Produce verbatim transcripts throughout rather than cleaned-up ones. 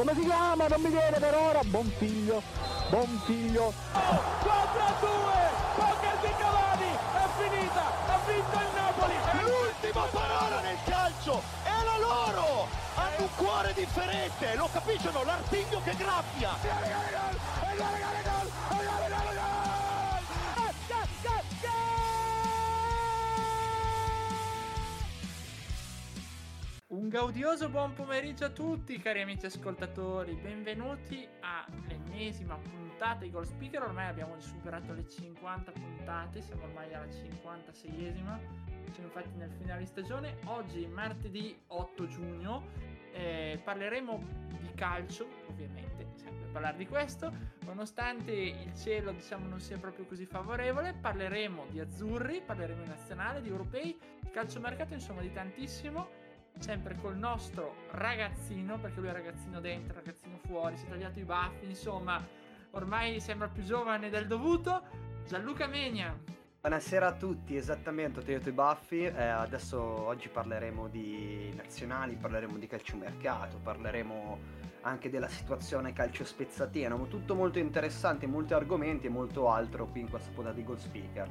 come si chiama? Non mi viene per ora. Buon figlio, buon figlio. quattro a due, poker di Cavani, è finita, ha vinto il Napoli. È l'ultima parola nel calcio, è la loro. Hanno un cuore differente, lo capiscono, l'artiglio che graffia. Un gaudioso buon pomeriggio a tutti cari amici ascoltatori, benvenuti all'ennesima puntata di Goal Speaker. Ormai abbiamo superato le cinquanta puntate, siamo ormai alla cinquantaseiesima, siamo infatti nel finale di stagione. Oggi martedì otto giugno eh, parleremo di calcio, ovviamente, sempre parlare di questo, nonostante il cielo diciamo non sia proprio così favorevole. Parleremo di azzurri, parleremo di nazionale, di europei, di calciomercato, insomma di tantissimo. Sempre col nostro ragazzino, perché lui è ragazzino dentro, ragazzino fuori, si è tagliato i baffi, insomma ormai sembra più giovane del dovuto, Gianluca Megna. Buonasera a tutti, esattamente, ho tagliato i baffi, eh, adesso oggi parleremo di nazionali, parleremo di calciomercato, parleremo anche della situazione calcio spezzatina, tutto molto interessante, molti argomenti e molto altro qui in questa puntata di Goal Speaker.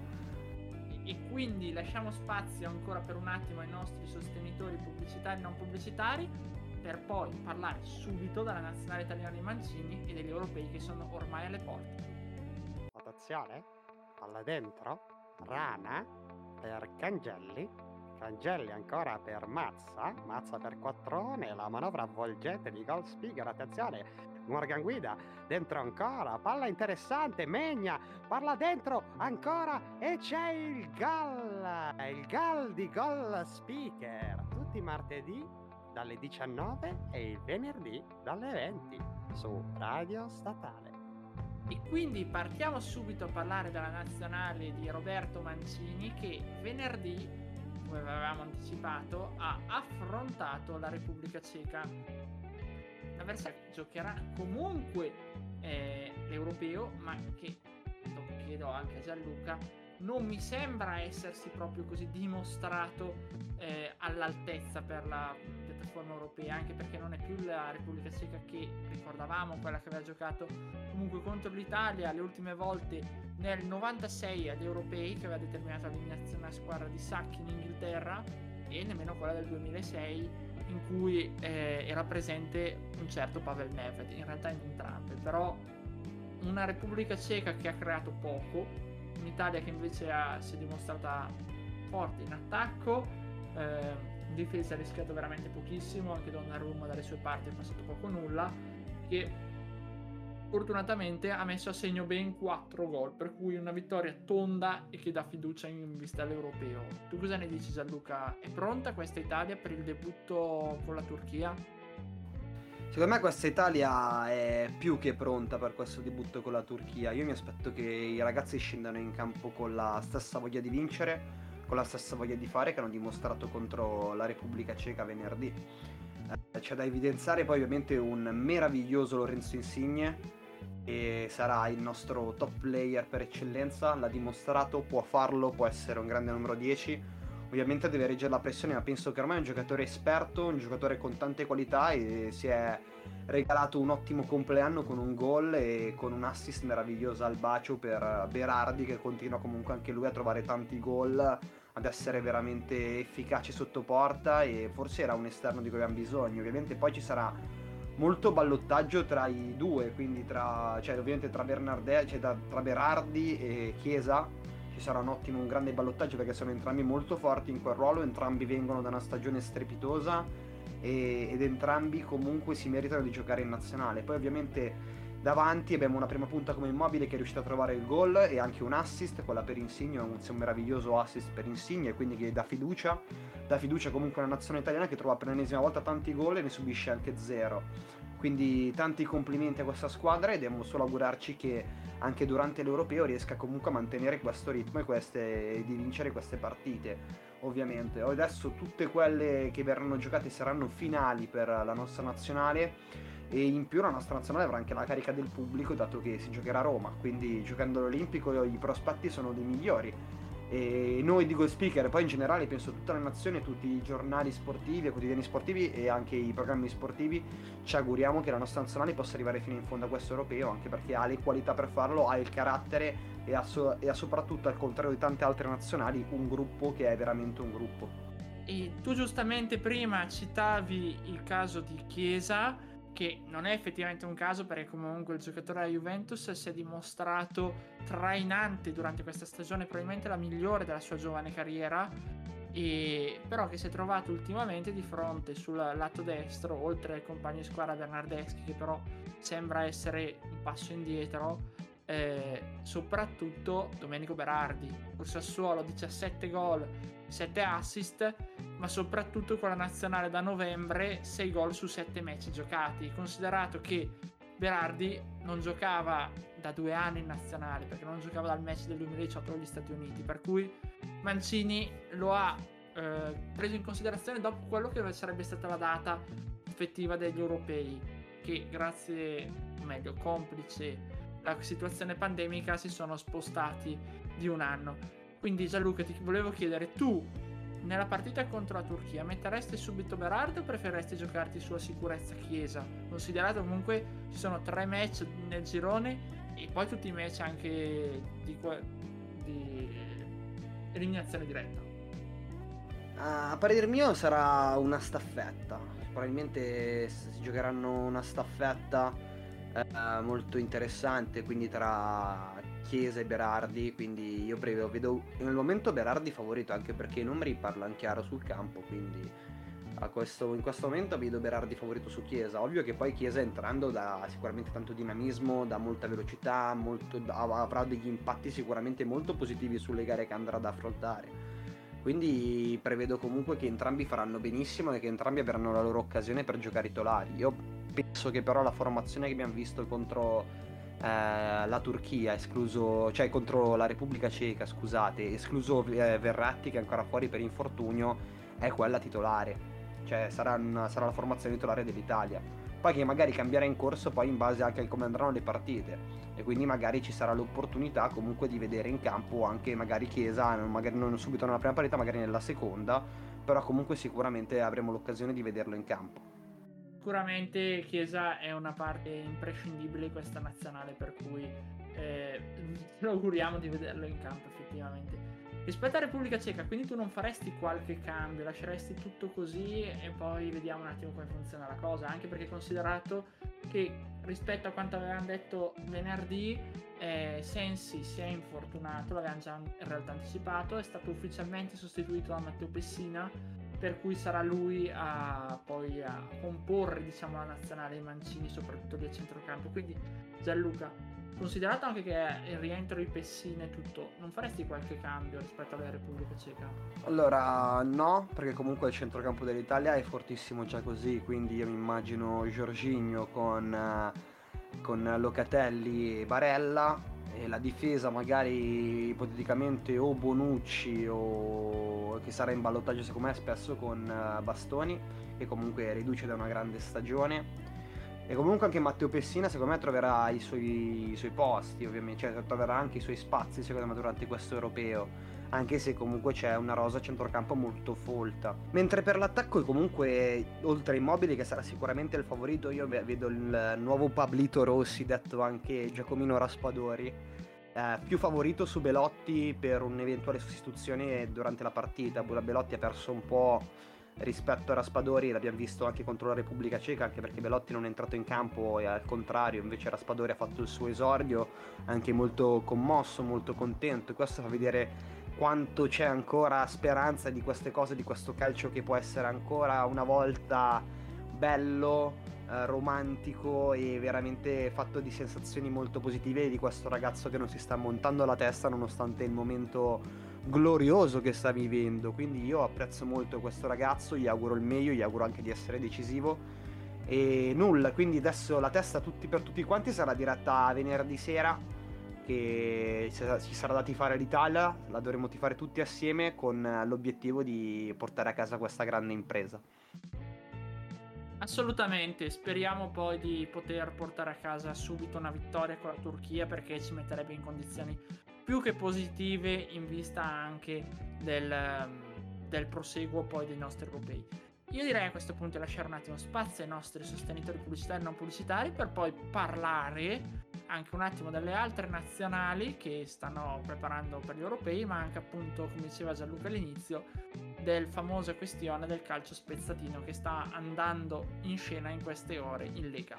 E quindi lasciamo spazio ancora per un attimo ai nostri sostenitori pubblicitari e non pubblicitari per poi parlare subito della nazionale italiana di Mancini e degli europei che sono ormai alle porte. Attenzione, palla dentro, Rana per Cangelli, Cangelli ancora per Mazza, Mazza per Quattrone, la manovra avvolgente di Goal Speaker, attenzione, Morgan Guida, dentro ancora, palla interessante, Megna, parla dentro ancora e c'è il gol, il gol di Goal Speaker, tutti i martedì dalle diciannove e il venerdì dalle venti su Radio Statale. E quindi partiamo subito a parlare della nazionale di Roberto Mancini che venerdì, come avevamo anticipato, ha affrontato la Repubblica Ceca. L'avversario giocherà comunque eh, l'europeo, ma che, lo chiedo anche a Gianluca, non mi sembra essersi proprio così dimostrato eh, all'altezza per la piattaforma europea, anche perché non è più la Repubblica Ceca che ricordavamo, quella che aveva giocato comunque contro l'Italia le ultime volte nel novantasei agli europei, che aveva determinato l'eliminazione a squadra di Sacchi in Inghilterra, e nemmeno quella del duemilasei in cui eh, era presente un certo Pavel Nedved, in realtà in entrambe. Però una Repubblica Ceca che ha creato poco, un'Italia che invece ha, si è dimostrata forte in attacco, eh, in difesa ha rischiato veramente pochissimo, anche Donnarumma dalle sue parti è passato poco nulla, che fortunatamente ha messo a segno ben quattro gol, per cui una vittoria tonda e che dà fiducia in vista all'europeo. Tu cosa ne dici, Gianluca? È pronta questa Italia per il debutto con la Turchia? Secondo me questa Italia è più che pronta per questo debutto con la Turchia. Io mi aspetto che i ragazzi scendano in campo con la stessa voglia di vincere, con la stessa voglia di fare che hanno dimostrato contro la Repubblica Ceca venerdì. Eh, c'è da evidenziare poi ovviamente un meraviglioso Lorenzo Insigne, e sarà il nostro top player per eccellenza, l'ha dimostrato, può farlo, può essere un grande numero dieci, ovviamente deve reggere la pressione, ma penso che ormai è un giocatore esperto, un giocatore con tante qualità e si è regalato un ottimo compleanno con un gol e con un assist meraviglioso al bacio per Berardi, che continua comunque anche lui a trovare tanti gol, ad essere veramente efficace sotto porta, e forse era un esterno di cui abbiamo bisogno. Ovviamente poi ci sarà molto ballottaggio tra i due, quindi tra, cioè ovviamente tra Bernardè, cioè da, tra Berardi e Chiesa ci sarà un ottimo, un grande ballottaggio, perché sono entrambi molto forti in quel ruolo, entrambi vengono da una stagione strepitosa e, ed entrambi comunque si meritano di giocare in nazionale. Poi ovviamente davanti abbiamo una prima punta come Immobile che è riuscita a trovare il gol e anche un assist, quella per Insigne, un, un meraviglioso assist per Insigne, quindi che dà fiducia, dà fiducia comunque alla nazione italiana che trova per l'ennesima volta tanti gol e ne subisce anche zero. Quindi tanti complimenti a questa squadra e dobbiamo solo augurarci che anche durante l'Europeo riesca comunque a mantenere questo ritmo e, queste, e di vincere queste partite. Ovviamente adesso tutte quelle che verranno giocate saranno finali per la nostra nazionale, e in più la nostra nazionale avrà anche la carica del pubblico, dato che si giocherà a Roma, quindi giocando all'Olimpico i prospetti sono dei migliori. E noi di Goal Speaker, poi in generale penso tutta la nazione, tutti i giornali sportivi, i quotidiani sportivi e anche i programmi sportivi, ci auguriamo che la nostra nazionale possa arrivare fino in fondo a questo europeo, anche perché ha le qualità per farlo, ha il carattere e ha, so- e ha soprattutto, al contrario di tante altre nazionali, un gruppo che è veramente un gruppo. E tu giustamente prima citavi il caso di Chiesa, che non è effettivamente un caso perché comunque il giocatore della Juventus si è dimostrato trainante durante questa stagione, probabilmente la migliore della sua giovane carriera, e però che si è trovato ultimamente di fronte sul lato destro, oltre al compagno di squadra Bernardeschi, che però sembra essere un passo indietro, eh, soprattutto Domenico Berardi. Il Sassuolo diciassette gol, sette assist, ma soprattutto con la nazionale da novembre sei gol su sette match giocati, considerato che Berardi non giocava da due anni in nazionale, perché non giocava dal match del duemiladiciotto agli Stati Uniti, per cui Mancini lo ha eh, preso in considerazione dopo quello che sarebbe stata la data effettiva degli europei, che grazie, o meglio complice la situazione pandemica, si sono spostati di un anno. Quindi Gianluca, ti volevo chiedere, tu nella partita contro la Turchia metteresti subito Berardi o preferiresti giocarti sulla sicurezza Chiesa, considerato comunque ci sono tre match nel girone e poi tutti i match anche di, di eliminazione diretta? A parer mio sarà una staffetta, probabilmente si giocheranno una staffetta eh, molto interessante, quindi tra Chiesa e Berardi, quindi io prevedo, vedo nel momento Berardi favorito, anche perché i numeri parlano chiaro sul campo, quindi a questo, in questo momento vedo Berardi favorito su Chiesa. Ovvio che poi Chiesa entrando dà sicuramente tanto dinamismo, dà molta velocità, molto, avrà degli impatti sicuramente molto positivi sulle gare che andrà ad affrontare, quindi prevedo comunque che entrambi faranno benissimo e che entrambi avranno la loro occasione per giocare i titolari. Io penso che però la formazione che abbiamo visto contro Eh, la Turchia, escluso, cioè contro la Repubblica Ceca, scusate, escluso eh, Verratti che è ancora fuori per infortunio, è quella titolare, cioè sarà, una, sarà la formazione titolare dell'Italia. Poi che magari cambierà in corso poi in base anche a come andranno le partite, e quindi magari ci sarà l'opportunità comunque di vedere in campo anche magari Chiesa, magari non subito nella prima partita, magari nella seconda, però comunque sicuramente avremo l'occasione di vederlo in campo. Sicuramente Chiesa è una parte imprescindibile di questa nazionale, per cui eh, ci auguriamo di vederlo in campo effettivamente. Rispetto alla Repubblica Ceca, quindi tu non faresti qualche cambio, lasceresti tutto così e poi vediamo un attimo come funziona la cosa, anche perché considerato che rispetto a quanto avevamo detto venerdì, eh, Sensi si è infortunato, l'avevamo già in realtà anticipato, è stato ufficialmente sostituito da Matteo Pessina, per cui sarà lui a poi a comporre, diciamo, la nazionale di Mancini, soprattutto del centrocampo. Quindi Gianluca, considerato anche che il rientro di Pessina e tutto, non faresti qualche cambio rispetto alla Repubblica Ceca? Allora no, perché comunque il centrocampo dell'Italia è fortissimo già così, quindi io mi immagino Jorginho con, eh, con Locatelli e Barella, e la difesa magari ipoteticamente o Bonucci o che sarà in ballottaggio secondo me spesso con uh, Bastoni, che comunque riduce da una grande stagione, e comunque anche Matteo Pessina secondo me troverà i suoi, i suoi posti, ovviamente, cioè troverà anche i suoi spazi secondo me durante questo europeo, anche se comunque c'è una rosa a centrocampo molto folta. Mentre per l'attacco comunque, oltre a Immobile che sarà sicuramente il favorito, io vedo il nuovo Pablito Rossi, detto anche Giacomino Raspadori, eh, più favorito su Belotti per un'eventuale sostituzione durante la partita. Belotti ha perso un po' rispetto a Raspadori, l'abbiamo visto anche contro la Repubblica Ceca, anche perché Belotti non è entrato in campo e al contrario invece Raspadori ha fatto il suo esordio anche molto commosso, molto contento, e questo fa vedere quanto c'è ancora speranza di queste cose, di questo calcio che può essere ancora una volta bello, eh, romantico e veramente fatto di sensazioni molto positive, di questo ragazzo che non si sta montando la testa nonostante il momento glorioso che sta vivendo. Quindi io apprezzo molto questo ragazzo, gli auguro il meglio, gli auguro anche di essere decisivo e nulla, quindi adesso la testa tutti per tutti quanti sarà diretta venerdì sera, che ci sarà da tifare l'Italia, la dovremo tifare tutti assieme con l'obiettivo di portare a casa questa grande impresa. Assolutamente, speriamo poi di poter portare a casa subito una vittoria con la Turchia, perché ci metterebbe in condizioni più che positive in vista anche del, del proseguo poi dei nostri europei. Io direi a questo punto lasciare un attimo spazio ai nostri sostenitori pubblicitari e non pubblicitari per poi parlare anche un attimo delle altre nazionali che stanno preparando per gli europei, ma anche appunto, come diceva Gianluca all'inizio, del famosa questione del calcio spezzatino che sta andando in scena in queste ore in Lega.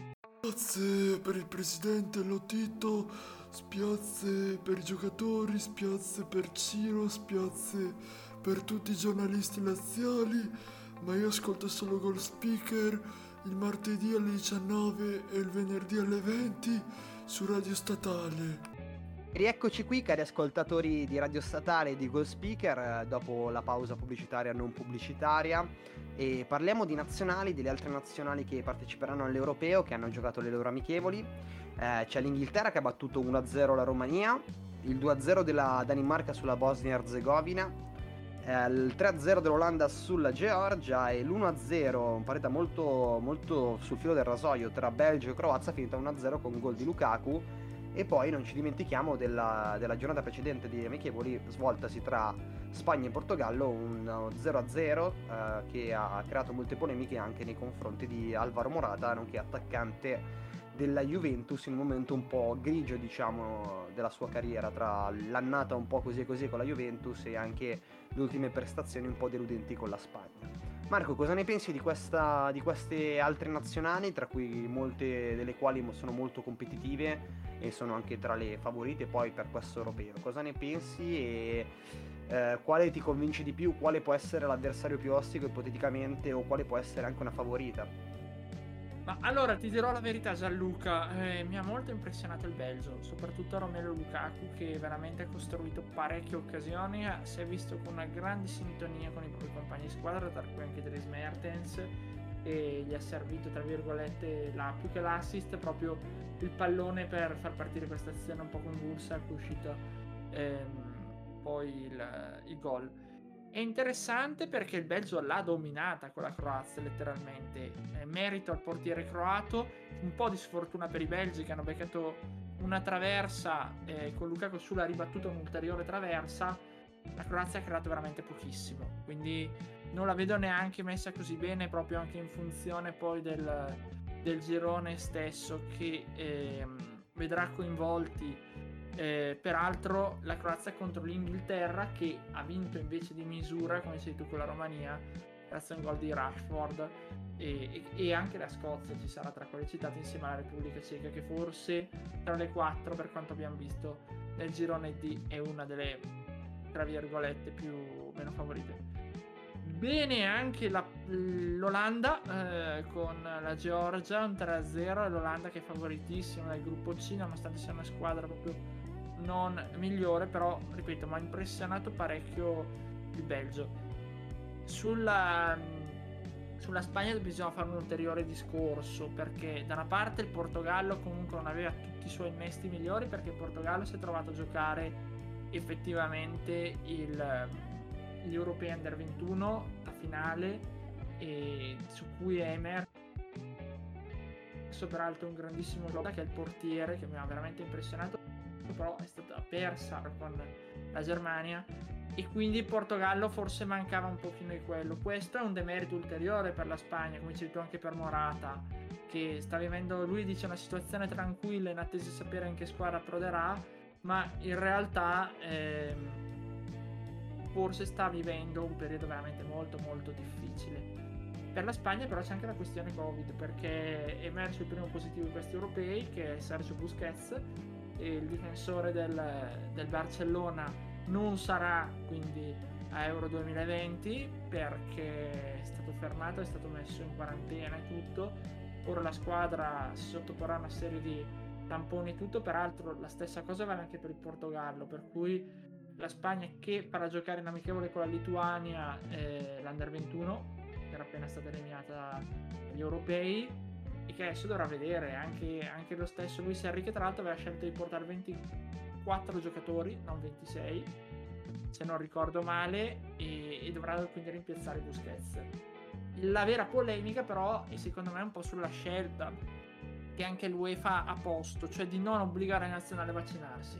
Spiazze per il presidente Lotito, spiazze per i giocatori, spiazze per Ciro, spiazze per tutti i giornalisti laziali, ma io ascolto solo Goal Speaker il martedì alle diciannove e il venerdì alle venti su Radio Statale. Rieccoci qui, cari ascoltatori di Radio Statale e di Goal Speaker, dopo la pausa pubblicitaria non pubblicitaria, e parliamo di nazionali, delle altre nazionali che parteciperanno all'Europeo, che hanno giocato le loro amichevoli. Eh, c'è l'Inghilterra che ha battuto uno a zero la Romania, il due a zero della Danimarca sulla Bosnia Erzegovina, eh, il tre a zero dell'Olanda sulla Georgia e l'uno a zero, una partita molto, molto sul filo del rasoio tra Belgio e Croazia, finita uno a zero con gol di Lukaku. E poi non ci dimentichiamo della, della giornata precedente di amichevoli svoltasi tra Spagna e Portogallo, un zero a zero eh, che ha creato molte polemiche anche nei confronti di Alvaro Morata, nonché attaccante della Juventus in un momento un po' grigio, diciamo, della sua carriera, tra l'annata un po' così e così con la Juventus e anche le ultime prestazioni un po' deludenti con la Spagna. Marco, cosa ne pensi di, questa, di queste altre nazionali, tra cui molte delle quali sono molto competitive e sono anche tra le favorite poi per questo europeo? Cosa ne pensi e eh, quale ti convince di più? Quale può essere l'avversario più ostico ipoteticamente, o quale può essere anche una favorita? Ma allora ti dirò la verità, Gianluca, eh, mi ha molto impressionato il Belgio, soprattutto Romelu Lukaku, che veramente ha costruito parecchie occasioni, si è visto con una grande sintonia con i propri compagni di squadra, tra cui anche Dries Mertens, e gli ha servito, tra virgolette, la, più che l'assist, proprio il pallone per far partire questa azione un po' convulsa, che è uscito ehm, poi il, il gol. È interessante perché il Belgio l'ha dominata con la Croazia, letteralmente. Eh, merito al portiere croato, un po' di sfortuna per i belgi che hanno beccato una traversa, eh, con Lukaku sulla ribattuta un'ulteriore traversa. La Croazia ha creato veramente pochissimo, quindi non la vedo neanche messa così bene, proprio anche in funzione poi del, del girone stesso, che eh, vedrà coinvolti Eh, peraltro la Croazia contro l'Inghilterra, che ha vinto invece di misura, come sei tu, con la Romania, grazie a un gol di Rashford, e, e, e anche la Scozia ci sarà tra quelle citate, insieme alla Repubblica Ceca, che forse tra le quattro, per quanto abbiamo visto nel girone D, è una delle, tra virgolette, più meno favorite. Bene anche la, l'Olanda eh, con la Georgia, un tre a zero, l'Olanda che è favoritissima nel gruppo C, nonostante sia una squadra proprio non migliore, però ripeto, mi ha impressionato parecchio il Belgio. Sulla, sulla Spagna bisogna fare un ulteriore discorso, perché da una parte il Portogallo comunque non aveva tutti i suoi innesti migliori, perché il Portogallo si è trovato a giocare effettivamente il gli europei under ventuno, la finale, e su cui è emerso peraltro un grandissimo gol, che è il portiere, che mi ha veramente impressionato, però è stata persa con la Germania, e quindi il Portogallo forse mancava un pochino di quello. Questo è un demerito ulteriore per la Spagna, come dicevi tu, anche per Morata, che sta vivendo, lui dice, una situazione tranquilla in attesa di sapere in che squadra approderà, ma in realtà ehm, forse sta vivendo un periodo veramente molto molto difficile. Per la Spagna però c'è anche la questione Covid, perché è emerso il primo positivo di questi europei, che è Sergio Busquets, e il difensore del, del Barcellona non sarà quindi a Euro duemilaventi, perché è stato fermato, è stato messo in quarantena e tutto. Ora la squadra si sottoporrà a una serie di tamponi e tutto. Peraltro la stessa cosa vale anche per il Portogallo, per cui la Spagna, che farà giocare in amichevole con la Lituania eh, l'Under ventuno, che era appena stata eliminata dagli europei, e che adesso dovrà vedere anche, anche lo stesso Luis Enrique, tra l'altro aveva scelto di portare ventiquattro giocatori, non ventisei se non ricordo male, e, e dovrà quindi rimpiazzare Busquets. La vera polemica però è secondo me un po' sulla scelta che anche l'UEFA ha posto, cioè di non obbligare le nazionali a vaccinarsi.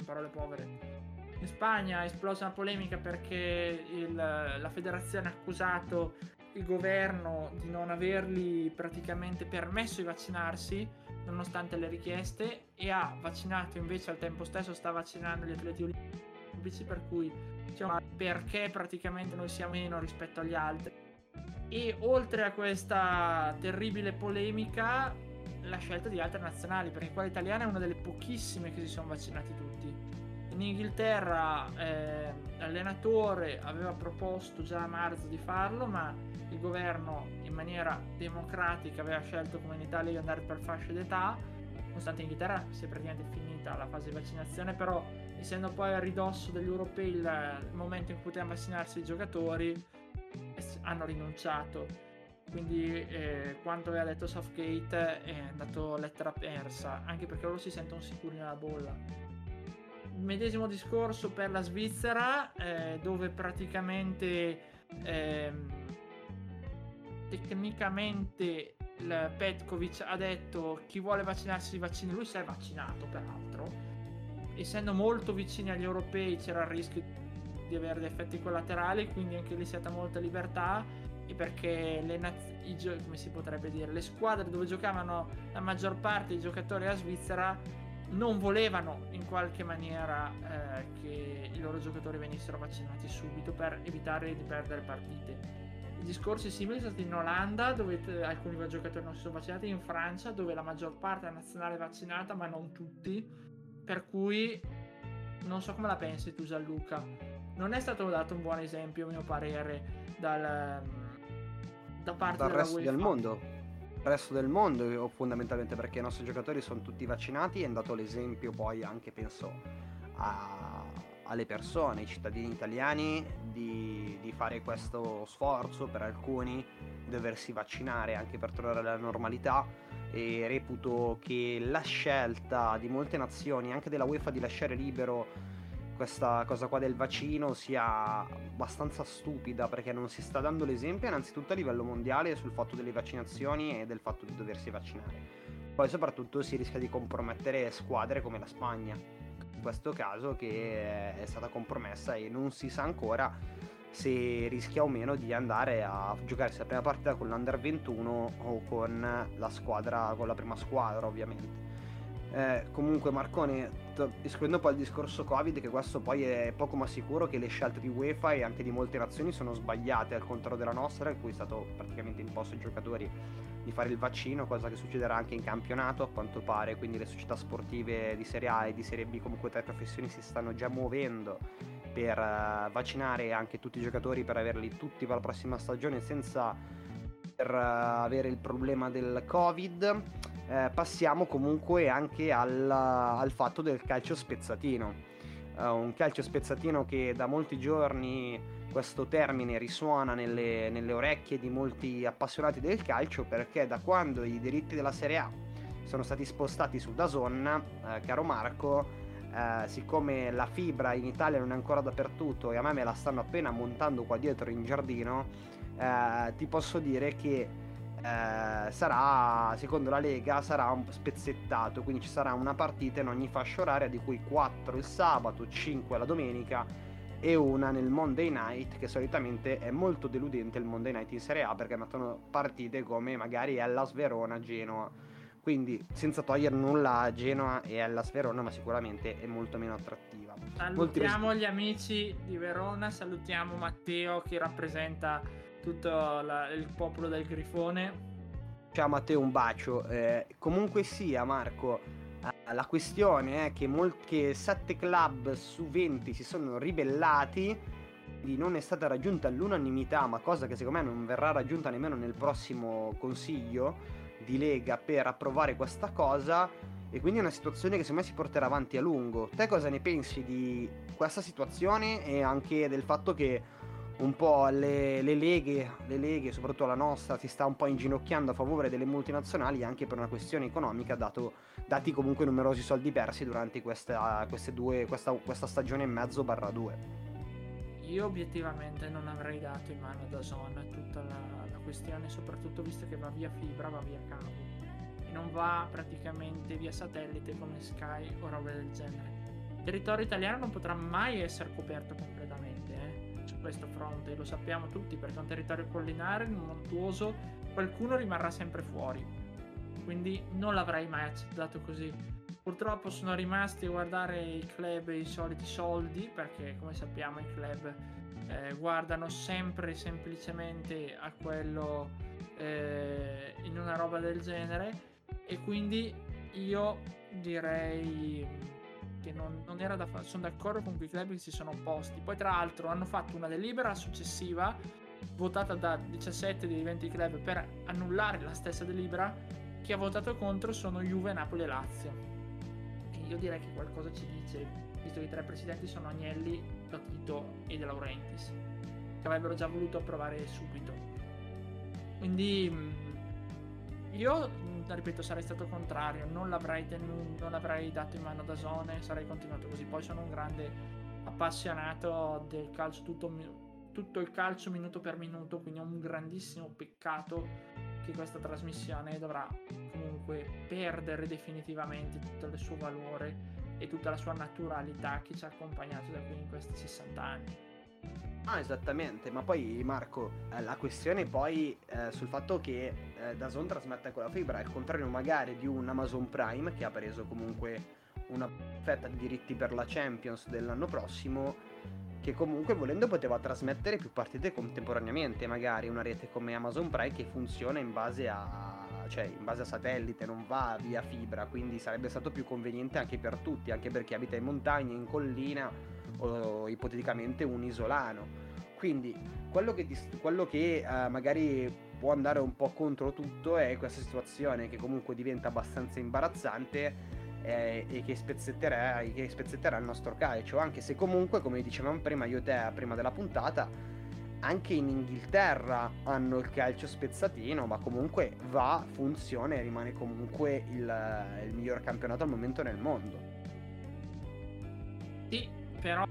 parole povere. In Spagna è esplosa una polemica perché il, la federazione ha accusato il governo di non avergli praticamente permesso di vaccinarsi nonostante le richieste, e ha vaccinato invece al tempo stesso, sta vaccinando gli atleti olimpici, per cui diciamo, perché praticamente noi siamo meno rispetto agli altri. E oltre a questa terribile polemica, la scelta di altre nazionali, perché quella italiana è una delle pochissime che si sono vaccinati tutti. In Inghilterra eh, l'allenatore aveva proposto già a marzo di farlo, ma il governo in maniera democratica aveva scelto, come in Italia, di andare per fasce d'età, nonostante in Inghilterra sia praticamente finita la fase di vaccinazione, però essendo poi a ridosso degli europei il, il momento in cui potevano vaccinarsi i giocatori, hanno rinunciato. Quindi eh, quanto aveva detto Southgate è andato lettera persa, anche perché loro si sentono sicuri nella bolla. Medesimo discorso per la Svizzera, eh, dove praticamente ehm, tecnicamente il Petkovic ha detto chi vuole vaccinarsi si vaccini. Lui si è vaccinato, peraltro, essendo molto vicini agli europei c'era il rischio di avere dei effetti collaterali, quindi anche lì si è data molta libertà, e perché le naz- i gio- come si potrebbe dire, le squadre dove giocavano la maggior parte dei giocatori a Svizzera non volevano in qualche maniera eh, che i loro giocatori venissero vaccinati subito per evitare di perdere partite. I discorsi simili sono stati in Olanda, dove t- alcuni giocatori non si sono vaccinati, in Francia, dove la maggior parte della nazionale è vaccinata ma non tutti, per cui non so come la pensi tu, Gianluca. Non è stato dato un buon esempio, a mio parere, dal, da parte dal della resto UEFA. del mondo. Il resto del mondo, fondamentalmente, perché i nostri giocatori sono tutti vaccinati, e è dato l'esempio poi anche, penso, a, alle persone, ai cittadini italiani, di, di fare questo sforzo per alcuni, di doversi vaccinare anche per tornare alla normalità. E reputo che la scelta di molte nazioni, anche della UEFA, di lasciare libero questa cosa qua del vaccino sia abbastanza stupida, perché non si sta dando l'esempio innanzitutto a livello mondiale sul fatto delle vaccinazioni e del fatto di doversi vaccinare. Poi soprattutto si rischia di compromettere squadre come la Spagna, in questo caso, che è stata compromessa e non si sa ancora se rischia o meno di andare a giocarsi la prima partita con l'Under ventuno o con la squadra, con la prima squadra, ovviamente. Eh, comunque, Marcone, t- escludendo poi il discorso Covid, che questo poi è poco ma sicuro che le scelte di UEFA e anche di molte nazioni sono sbagliate, al contrario della nostra, in cui è stato praticamente imposto ai giocatori di fare il vaccino, cosa che succederà anche in campionato a quanto pare. Quindi le società sportive di Serie A e di Serie B, comunque tra i professionisti, stanno già muovendo per uh, vaccinare anche tutti i giocatori, per averli tutti per la prossima stagione senza per, uh, avere il problema del Covid. Eh, passiamo comunque anche al, al fatto del calcio spezzatino, uh, un calcio spezzatino che da molti giorni, questo termine risuona nelle, nelle orecchie di molti appassionati del calcio, perché da quando i diritti della Serie A sono stati spostati su DAZN, eh, caro Marco, eh, siccome la fibra in Italia non è ancora dappertutto e a me me la stanno appena montando qua dietro in giardino, eh, ti posso dire che Eh, sarà, secondo la Lega, sarà un spezzettato, quindi ci sarà una partita in ogni fascia oraria, di cui quattro il sabato, cinque la domenica e una nel Monday Night, che solitamente è molto deludente il Monday Night in Serie A, perché mettono partite come magari Hellas Verona, Genoa, quindi senza togliere nulla a Genoa e Hellas Verona, ma sicuramente è molto meno attrattiva. Salutiamo Molti... gli amici di Verona, salutiamo Matteo che rappresenta tutto la, il popolo del Grifone. Ciao Matteo, un bacio. Eh, comunque sia, Marco, eh, la questione è che, mol- che sette club su venti si sono ribellati, quindi non è stata raggiunta l'unanimità, ma cosa che secondo me non verrà raggiunta nemmeno nel prossimo consiglio di Lega per approvare questa cosa, e quindi è una situazione che secondo me si porterà avanti a lungo. Te cosa ne pensi di questa situazione e anche del fatto che un po' le, le leghe, le leghe, soprattutto la nostra, si sta un po' inginocchiando a favore delle multinazionali anche per una questione economica, dato, dati comunque numerosi soldi persi durante questa, queste due, questa, questa stagione e mezzo barra due? Io obiettivamente non avrei dato in mano a DAZN tutta la, la questione, soprattutto visto che va via fibra, va via cavo e non va praticamente via satellite come Sky o robe del genere. il territorio italiano non potrà mai essere coperto completamente eh, su questo fronte, lo sappiamo tutti, perché è un territorio collinare, montuoso, qualcuno rimarrà sempre fuori, quindi non l'avrei mai accettato così. Purtroppo sono rimasti a guardare i club e i soliti soldi, perché come sappiamo i club eh, guardano sempre semplicemente a quello eh, in una roba del genere, e quindi io direi che non, non era da fare. Sono d'accordo con quei club che si sono opposti. Poi tra l'altro hanno fatto una delibera successiva votata da diciassette dei venti club per annullare la stessa delibera. Chi ha votato contro sono Juve, Napoli e Lazio, che io direi che qualcosa ci dice, visto che i tre presidenti sono Agnelli, Lotito e De Laurentiis, che avrebbero già voluto approvare subito. Quindi io, ripeto, sarei stato contrario, non l'avrei tenuto, non l'avrei dato in mano da Zone, sarei continuato così. Poi sono un grande appassionato del calcio, tutto, tutto il calcio minuto per minuto, quindi è un grandissimo peccato che questa trasmissione dovrà comunque perdere definitivamente tutto il suo valore e tutta la sua naturalità che ci ha accompagnato da qui in questi sessanta anni. Ah, esattamente, ma poi Marco, eh, la questione poi eh, sul fatto che eh, DAZN trasmette con la fibra, al contrario magari di un Amazon Prime che ha preso comunque una fetta di diritti per la Champions dell'anno prossimo, che comunque volendo poteva trasmettere più partite contemporaneamente, magari una rete come Amazon Prime che funziona in base a, cioè in base a satellite, non va via fibra, quindi sarebbe stato più conveniente anche per tutti, anche per chi abita in montagna, in collina o ipoteticamente un isolano. Quindi quello che, dis- quello che uh, magari può andare un po' contro tutto è questa situazione che comunque diventa abbastanza imbarazzante eh, e che spezzetterà, che spezzetterà il nostro calcio, anche se comunque, come dicevamo prima io e te prima della puntata, anche in Inghilterra hanno il calcio spezzatino, ma comunque va, funziona e rimane comunque il, il miglior campionato al momento nel mondo. Sì, però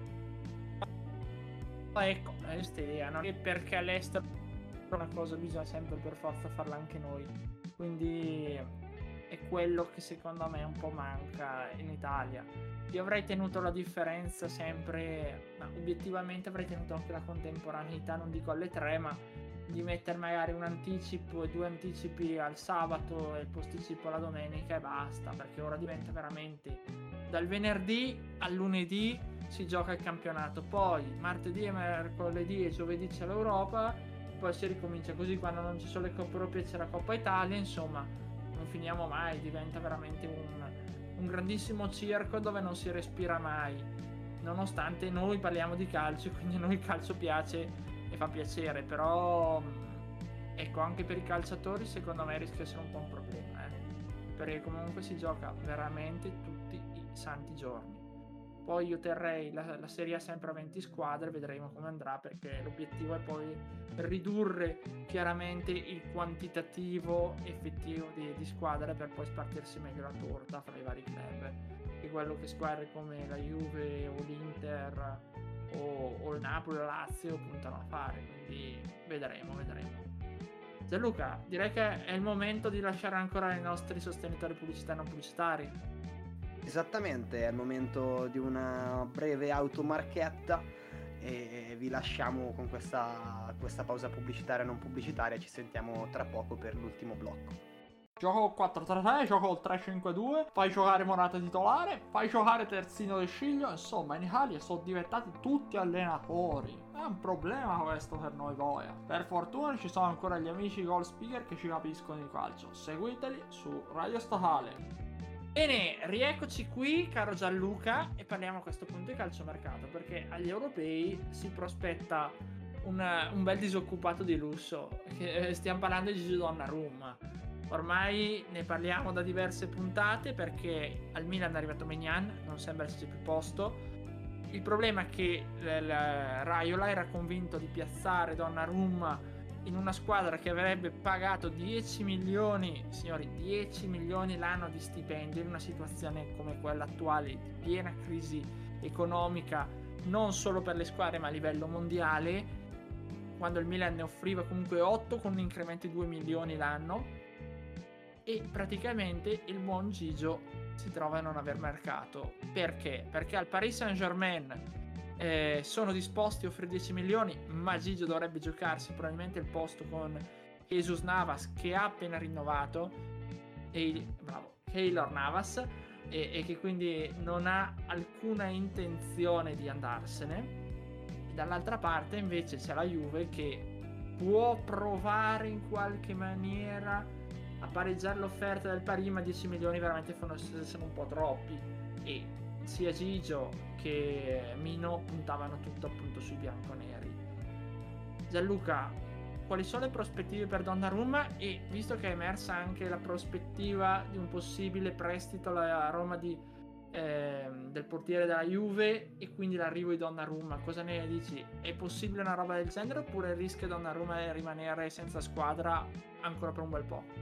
ecco, questa idea, non è perché all'estero una cosa bisogna sempre per forza farla anche noi, quindi è quello che secondo me un po' manca in Italia. Io avrei tenuto la differenza sempre, ma obiettivamente avrei tenuto anche la contemporaneità, non dico alle tre, ma di mettere magari un anticipo e due anticipi al sabato e il posticipo alla domenica e basta, perché ora diventa veramente dal venerdì al lunedì si gioca il campionato, poi martedì e mercoledì e giovedì c'è l'Europa, poi si ricomincia così, quando non ci sono le Coppe Europee c'è la Coppa Italia, insomma non finiamo mai, diventa veramente un, un grandissimo circo dove non si respira mai, nonostante noi parliamo di calcio, quindi a noi il calcio piace e fa piacere, però ecco, anche per i calciatori secondo me rischia di essere un po' un problema, eh? Perché comunque si gioca veramente tutti i santi giorni. Poi io terrei la, la Serie A sempre a venti squadre, vedremo come andrà, perché l'obiettivo è poi ridurre chiaramente il quantitativo effettivo di, di squadre per poi spartirsi meglio la torta fra i vari club, e quello che squadre come la Juve o l'Inter o, o il Napoli o la Lazio puntano a fare, quindi vedremo, vedremo. Gianluca, direi che è il momento di lasciare ancora i nostri sostenitori pubblicitari e non pubblicitari. Esattamente, è il momento di una breve automarchetta e vi lasciamo con questa, questa pausa pubblicitaria e non pubblicitaria. Ci sentiamo tra poco per l'ultimo blocco. Gioco il quattro tre tre, gioco il tre cinque due, fai giocare Morata titolare, fai giocare terzino del Sciglio, insomma in Italia sono diventati tutti allenatori. È un problema questo per noi boia. Per fortuna ci sono ancora gli amici goal speaker che ci capiscono di calcio, seguiteli su Radio Statale. Bene, rieccoci qui caro Gianluca e parliamo a questo punto di calciomercato, perché agli europei si prospetta un, un bel disoccupato di lusso, che stiamo parlando di Gigi Donnarumma. Ormai ne parliamo da diverse puntate perché al Milan è arrivato Maignan, non sembra esserci più posto. Il problema è che il Raiola era convinto di piazzare Donnarumma in una squadra che avrebbe pagato dieci milioni, signori, dieci milioni l'anno di stipendio in una situazione come quella attuale di piena crisi economica, non solo per le squadre ma a livello mondiale, quando il Milan ne offriva comunque otto con un incremento di due milioni l'anno. e praticamente il buon Gigio si trova a non aver mercato. Perché? Perché al Paris Saint-Germain eh, sono disposti a offrire dieci milioni, ma Gigio dovrebbe giocarsi probabilmente il posto con Jesus Navas, che ha appena rinnovato, e, bravo, Keylor Navas, e, e che quindi non ha alcuna intenzione di andarsene. E dall'altra parte invece c'è la Juve che può provare in qualche maniera a pareggiare l'offerta del Paris, ma dieci milioni veramente fanno, sono un po' troppi, e sia Gigio che Mino puntavano tutto appunto sui bianconeri. Gianluca, quali sono le prospettive per Donnarumma? E visto che è emersa anche la prospettiva di un possibile prestito alla Roma di, eh, del portiere della Juve e quindi l'arrivo di Donnarumma, cosa ne dici? È possibile una roba del genere oppure rischia Donnarumma di rimanere senza squadra ancora per un bel po'?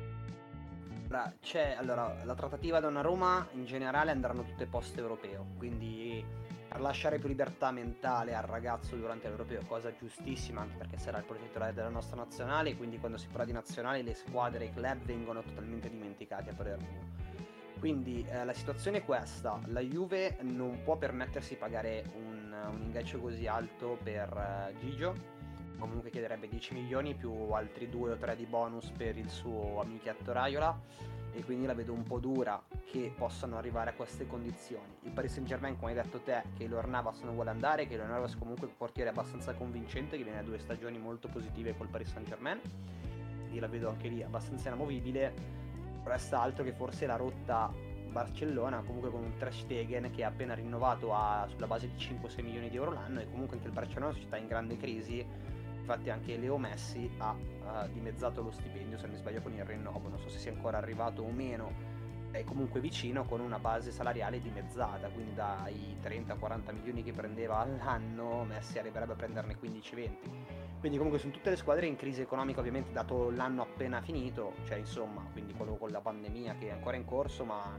C'è, allora, la trattativa Donnarumma in generale andranno tutte post europeo, quindi per lasciare più libertà mentale al ragazzo durante l'europeo, cosa giustissima anche perché sarà il protettore della nostra nazionale, quindi quando si parla di nazionale le squadre e i club vengono totalmente dimenticati a parer mio. Quindi eh, la situazione è questa: la Juve non può permettersi di pagare un, un ingaggio così alto per uh, Gigio, comunque chiederebbe dieci milioni più altri due o tre di bonus per il suo amichetto Raiola, e quindi la vedo un po' dura che possano arrivare a queste condizioni. Il Paris Saint-Germain, come hai detto te, che Keylor Navas non vuole andare, che Keylor Navas comunque è un portiere abbastanza convincente, che viene da due stagioni molto positive col Paris Saint-Germain, quindi la vedo anche lì abbastanza inamovibile. Resta altro che forse la rotta Barcellona, comunque con un Ter Stegen che ha appena rinnovato a, sulla base di cinque sei milioni di euro l'anno, e comunque anche il Barcellona è una società in grande crisi. Infatti anche Leo Messi ha uh, dimezzato lo stipendio, se non mi sbaglio, con il rinnovo, non so se sia ancora arrivato o meno, è comunque vicino, con una base salariale dimezzata, quindi dai trenta quaranta milioni che prendeva all'anno Messi arriverebbe a prenderne quindici venti. Quindi comunque sono tutte le squadre in crisi economica, ovviamente dato l'anno appena finito, cioè insomma, quindi quello con la pandemia che è ancora in corso, ma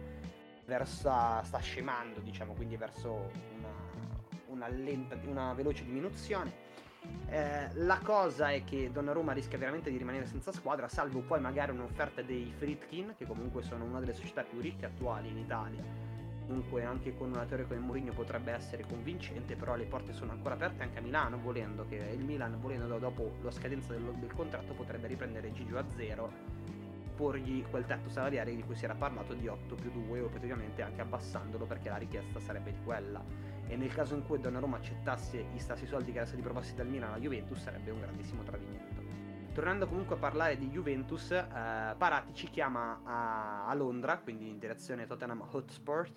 versa, sta scemando, diciamo, quindi verso una, una lenta, una veloce diminuzione. Eh, la cosa è che Donnarumma rischia veramente di rimanere senza squadra, salvo poi magari un'offerta dei Friedkin, che comunque sono una delle società più ricche attuali in Italia. Comunque anche con un allenatore come Mourinho potrebbe essere convincente, però le porte sono ancora aperte anche a Milano, volendo, che il Milan, volendo, dopo la scadenza del, del contratto, potrebbe riprendere Gigio a zero, porgli quel tetto salariale di cui si era parlato di otto più due, o praticamente anche abbassandolo, perché la richiesta sarebbe di quella. E nel caso in cui Donnarumma accettasse gli stessi soldi che erano stati proposti dal Milan alla Juventus, sarebbe un grandissimo tradimento. Tornando comunque a parlare di Juventus, eh, Paratici chiama a, a Londra, quindi in direzione Tottenham Hotspur,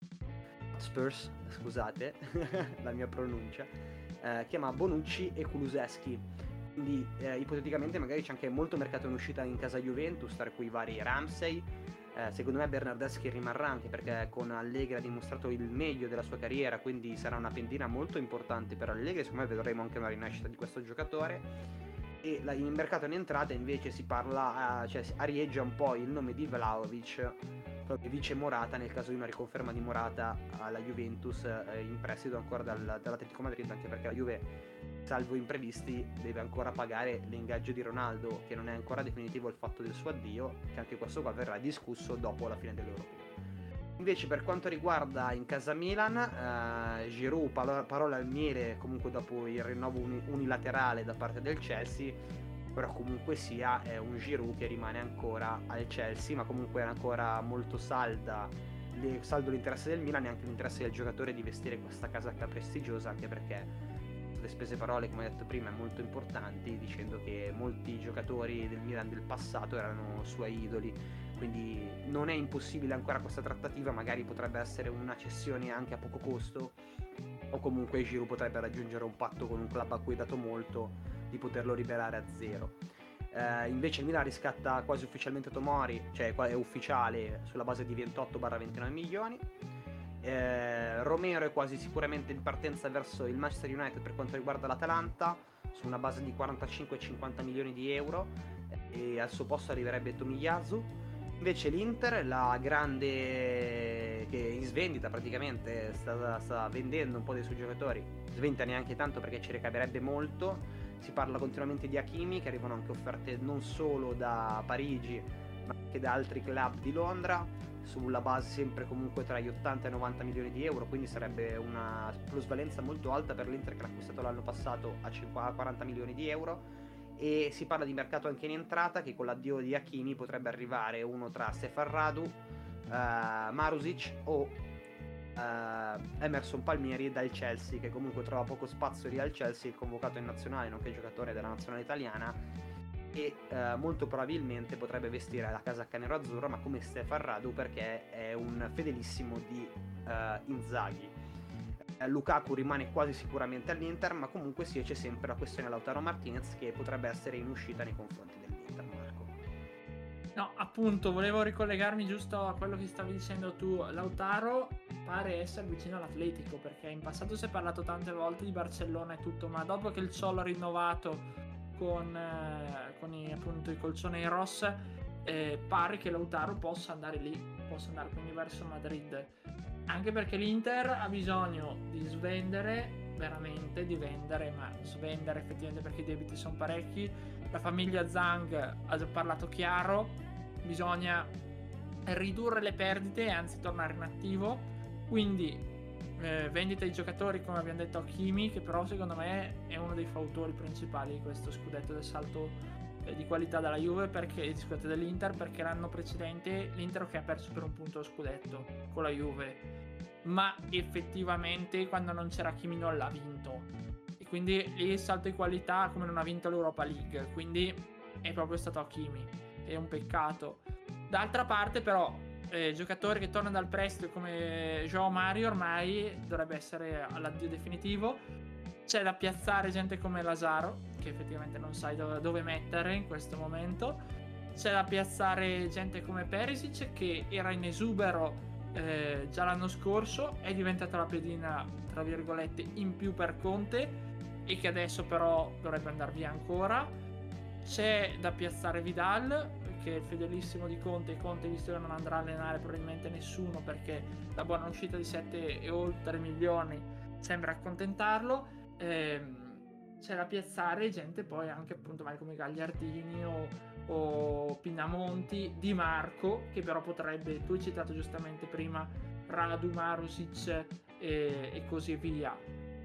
Spurs, scusate la mia pronuncia, eh, chiama Bonucci e Kulusevski. Quindi eh, ipoteticamente magari c'è anche molto mercato in uscita in casa Juventus, tra cui i vari Ramsey. Eh, secondo me Bernardeschi rimarrà, anche perché con Allegri ha dimostrato il meglio della sua carriera, quindi sarà una pentina molto importante per Allegri. Secondo me vedremo anche una rinascita di questo giocatore. E la, in mercato in entrata invece si parla, eh, cioè arieggia un po' il nome di Vlahovic, proprio vice Morata, nel caso di una riconferma di Morata alla Juventus, eh, in prestito ancora dal, dall'Atletico Madrid, anche perché la Juve, salvo imprevisti, deve ancora pagare l'ingaggio di Ronaldo, che non è ancora definitivo il fatto del suo addio, che anche questo qua verrà discusso dopo la fine dell'Europeo. Invece per quanto riguarda in casa Milan, eh, Giroud, parola, parola al miele comunque dopo il rinnovo uni, unilaterale da parte del Chelsea, però comunque sia è un Giroud che rimane ancora al Chelsea, ma comunque è ancora molto salda, le, saldo l'interesse del Milan e anche l'interesse del giocatore di vestire questa casacca prestigiosa, anche perché le spese parole, come ho detto prima, molto importanti, dicendo che molti giocatori del Milan del passato erano suoi idoli, quindi non è impossibile ancora questa trattativa, magari potrebbe essere una cessione anche a poco costo, o comunque Giroud potrebbe raggiungere un patto con un club a cui ha dato molto, di poterlo liberare a zero. Eh, invece il Milan riscatta quasi ufficialmente Tomori, cioè è ufficiale, sulla base di ventotto ventinove milioni. Eh, Romero è quasi sicuramente in partenza verso il Manchester United per quanto riguarda l'Atalanta, su una base di quarantacinque cinquanta milioni di euro, e al suo posto arriverebbe Tomiyasu. Invece l'Inter, la grande che in svendita praticamente, sta, sta vendendo un po' dei suoi giocatori, svendita neanche tanto perché ci ricaverebbe molto. Si parla continuamente di Hakimi, che arrivano anche offerte non solo da Parigi ma anche da altri club di Londra, sulla base sempre comunque tra gli ottanta e i novanta milioni di euro, quindi sarebbe una plusvalenza molto alta per l'Inter, che l'ha acquistato l'anno passato a quaranta milioni di euro. E si parla di mercato anche in entrata, che con l'addio di Hakimi potrebbe arrivare uno tra Stefan Radu, uh, Marusic o uh, Emerson Palmieri dal Chelsea, che comunque trova poco spazio lì al Chelsea, convocato in nazionale nonché giocatore della nazionale italiana, e uh, molto probabilmente potrebbe vestire la casacca nero-azzurra, ma come Stefan Radu, perché è un fedelissimo di uh, Inzaghi. Lukaku rimane quasi sicuramente all'Inter, ma comunque sì, c'è sempre la questione Lautaro Martinez, che potrebbe essere in uscita nei confronti dell'Inter. Marco. No, appunto, volevo ricollegarmi giusto a quello che stavi dicendo tu. Lautaro pare essere vicino all'Atletico, perché in passato si è parlato tante volte di Barcellona e tutto, ma dopo che il Cholo ha rinnovato con, eh, con i, appunto, i colchoneros, eh, pare che Lautaro possa andare lì, possa andare quindi verso Madrid. Anche perché l'Inter ha bisogno di svendere, veramente di vendere, ma svendere effettivamente, perché i debiti sono parecchi. La famiglia Zhang ha già parlato chiaro, bisogna ridurre le perdite e anzi tornare in attivo. Quindi eh, vendita di giocatori, come abbiamo detto, Hakimi, che però secondo me è uno dei fautori principali di questo scudetto, del salto eh, di qualità della Juve, perché scusate, dell'Inter, perché l'anno precedente l'Inter che ha perso per un punto lo scudetto con la Juve, ma effettivamente quando non c'era Hakimi non l'ha vinto, e quindi lì il salto di qualità, come non ha vinto l'Europa League, quindi è proprio stato Hakimi, è un peccato. D'altra parte però eh, giocatori che tornano dal prestito come João Mario ormai dovrebbe essere all'addio definitivo. C'è da piazzare gente come Lazaro, che effettivamente non sai dove, dove mettere in questo momento. C'è da piazzare gente come Perisic, che era in esubero eh, già l'anno scorso, è diventata la pedina tra virgolette in più per Conte, e che adesso però dovrebbe andare via ancora. C'è da piazzare Vidal, che è il fedelissimo di Conte, e Conte, visto che non andrà a allenare probabilmente nessuno, perché la buona uscita di sette e oltre milioni sembra accontentarlo. Ehm, c'è da piazzare gente poi anche appunto magari come Gagliardini o, o Pinamonti, Di Marco, che però potrebbe, tu hai citato giustamente prima Radu, Marusic e, e così via,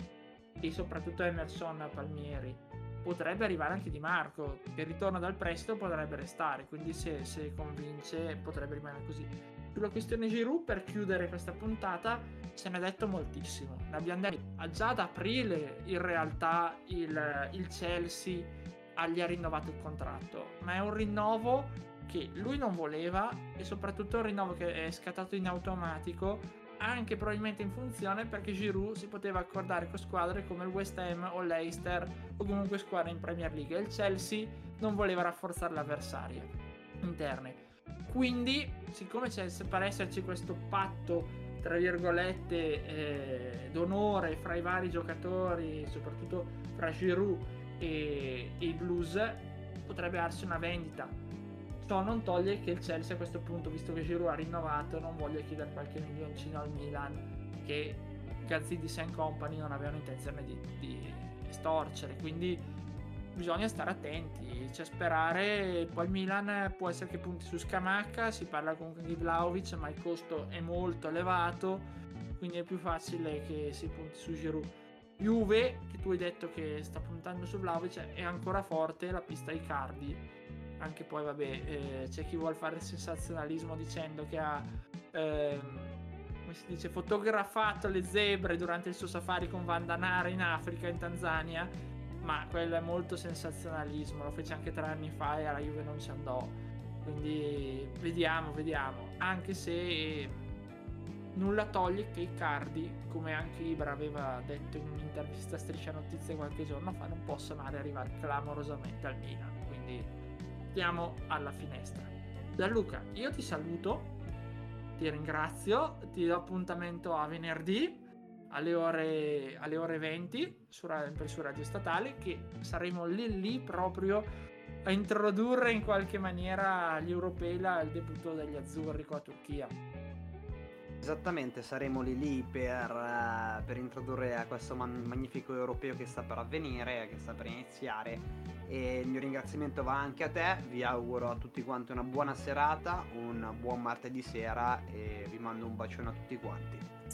e soprattutto Emerson Palmieri. Potrebbe arrivare anche Di Marco, che ritorna dal prestito, potrebbe restare, quindi se, se convince potrebbe rimanere così. Sulla questione Giroud, per chiudere questa puntata, se ne è detto moltissimo, ne abbiamo detto già ad aprile. In realtà il, il Chelsea gli ha rinnovato il contratto, ma è un rinnovo che lui non voleva, e soprattutto un rinnovo che è scattato in automatico, anche probabilmente in funzione perché Giroud si poteva accordare con squadre come il West Ham o l'Leicester, o comunque squadre in Premier League, e il Chelsea non voleva rafforzare l'avversaria interne. Quindi, siccome c'è, pare esserci questo patto tra virgolette eh, d'onore fra i vari giocatori, soprattutto fra Giroud e, e i Blues, potrebbe darsi una vendita. Ciò non toglie che il Chelsea a questo punto, visto che Giroud ha rinnovato, non voglia chiedere qualche milioncino al Milan, che Gazidis and Company non avevano intenzione di, di estorcere. Quindi bisogna stare attenti, c'è sperare. Poi il Milan può essere che punti su Scamacca, si parla comunque di Vlahovic, ma il costo è molto elevato, quindi è più facile che si punti su Giroud. Juve, che tu hai detto che sta puntando su Vlahovic, è ancora forte, la pista Icardi. Anche poi vabbè, eh, c'è chi vuole fare il sensazionalismo dicendo che ha ehm, come si dice, fotografato le zebre durante il suo safari con Vandanara in Africa, in Tanzania, ma quello è molto sensazionalismo, lo fece anche tre anni fa e alla Juve non ci andò, quindi vediamo, vediamo, anche se nulla toglie che Icardi, come anche Ibra aveva detto in un'intervista a Striscia Notizie qualche giorno fa, non possa mai arrivare clamorosamente al Milan, quindi stiamo alla finestra. Gianluca, io ti saluto, ti ringrazio, ti do appuntamento a venerdì alle ore, alle ore venti su, su Radio Statale, che saremo lì lì proprio a introdurre in qualche maniera agli europei il debutto degli azzurri con la Turchia. Esattamente, saremo lì lì per, uh, per introdurre questo man- magnifico europeo che sta per avvenire, che sta per iniziare, e il mio ringraziamento va anche a te. Vi auguro a tutti quanti una buona serata, un buon martedì sera e vi mando un bacione a tutti quanti.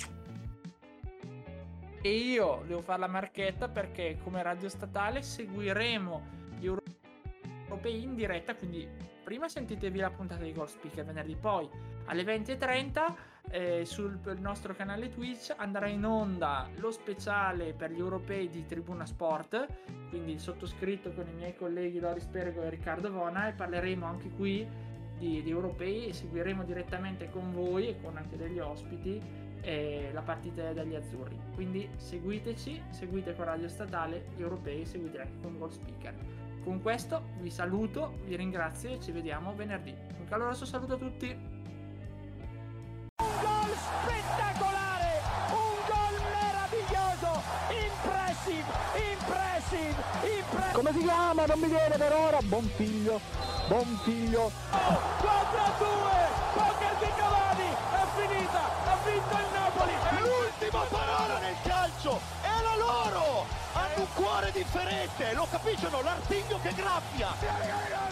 E io devo fare la marchetta perché come radio statale seguiremo gli euro- europei in diretta, quindi prima sentitevi la puntata di Goal Speaker venerdì, poi alle venti e trenta eh, sul nostro canale Twitch andrà in onda lo speciale per gli europei di Tribuna Sport, quindi il sottoscritto con i miei colleghi Loris Perego e Riccardo Vona, e parleremo anche qui di, di europei e seguiremo direttamente con voi e con anche degli ospiti eh, la partita degli azzurri. Quindi seguiteci, seguite con Radio Statale gli europei, seguite anche con Goal Speaker. Con questo vi saluto, vi ringrazio e ci vediamo venerdì. Un caloroso saluto a tutti. Un gol spettacolare, un gol meraviglioso, impressive, impressive, impressive. Come si chiama? Non mi viene per ora. Buon figlio, buon figlio. quattro a due, poker di Cavani, è finita, ha vinto il Napoli. L'ultima parola nel calcio è la loro! Hanno un cuore differente, lo capiscono? L'artiglio che graffia!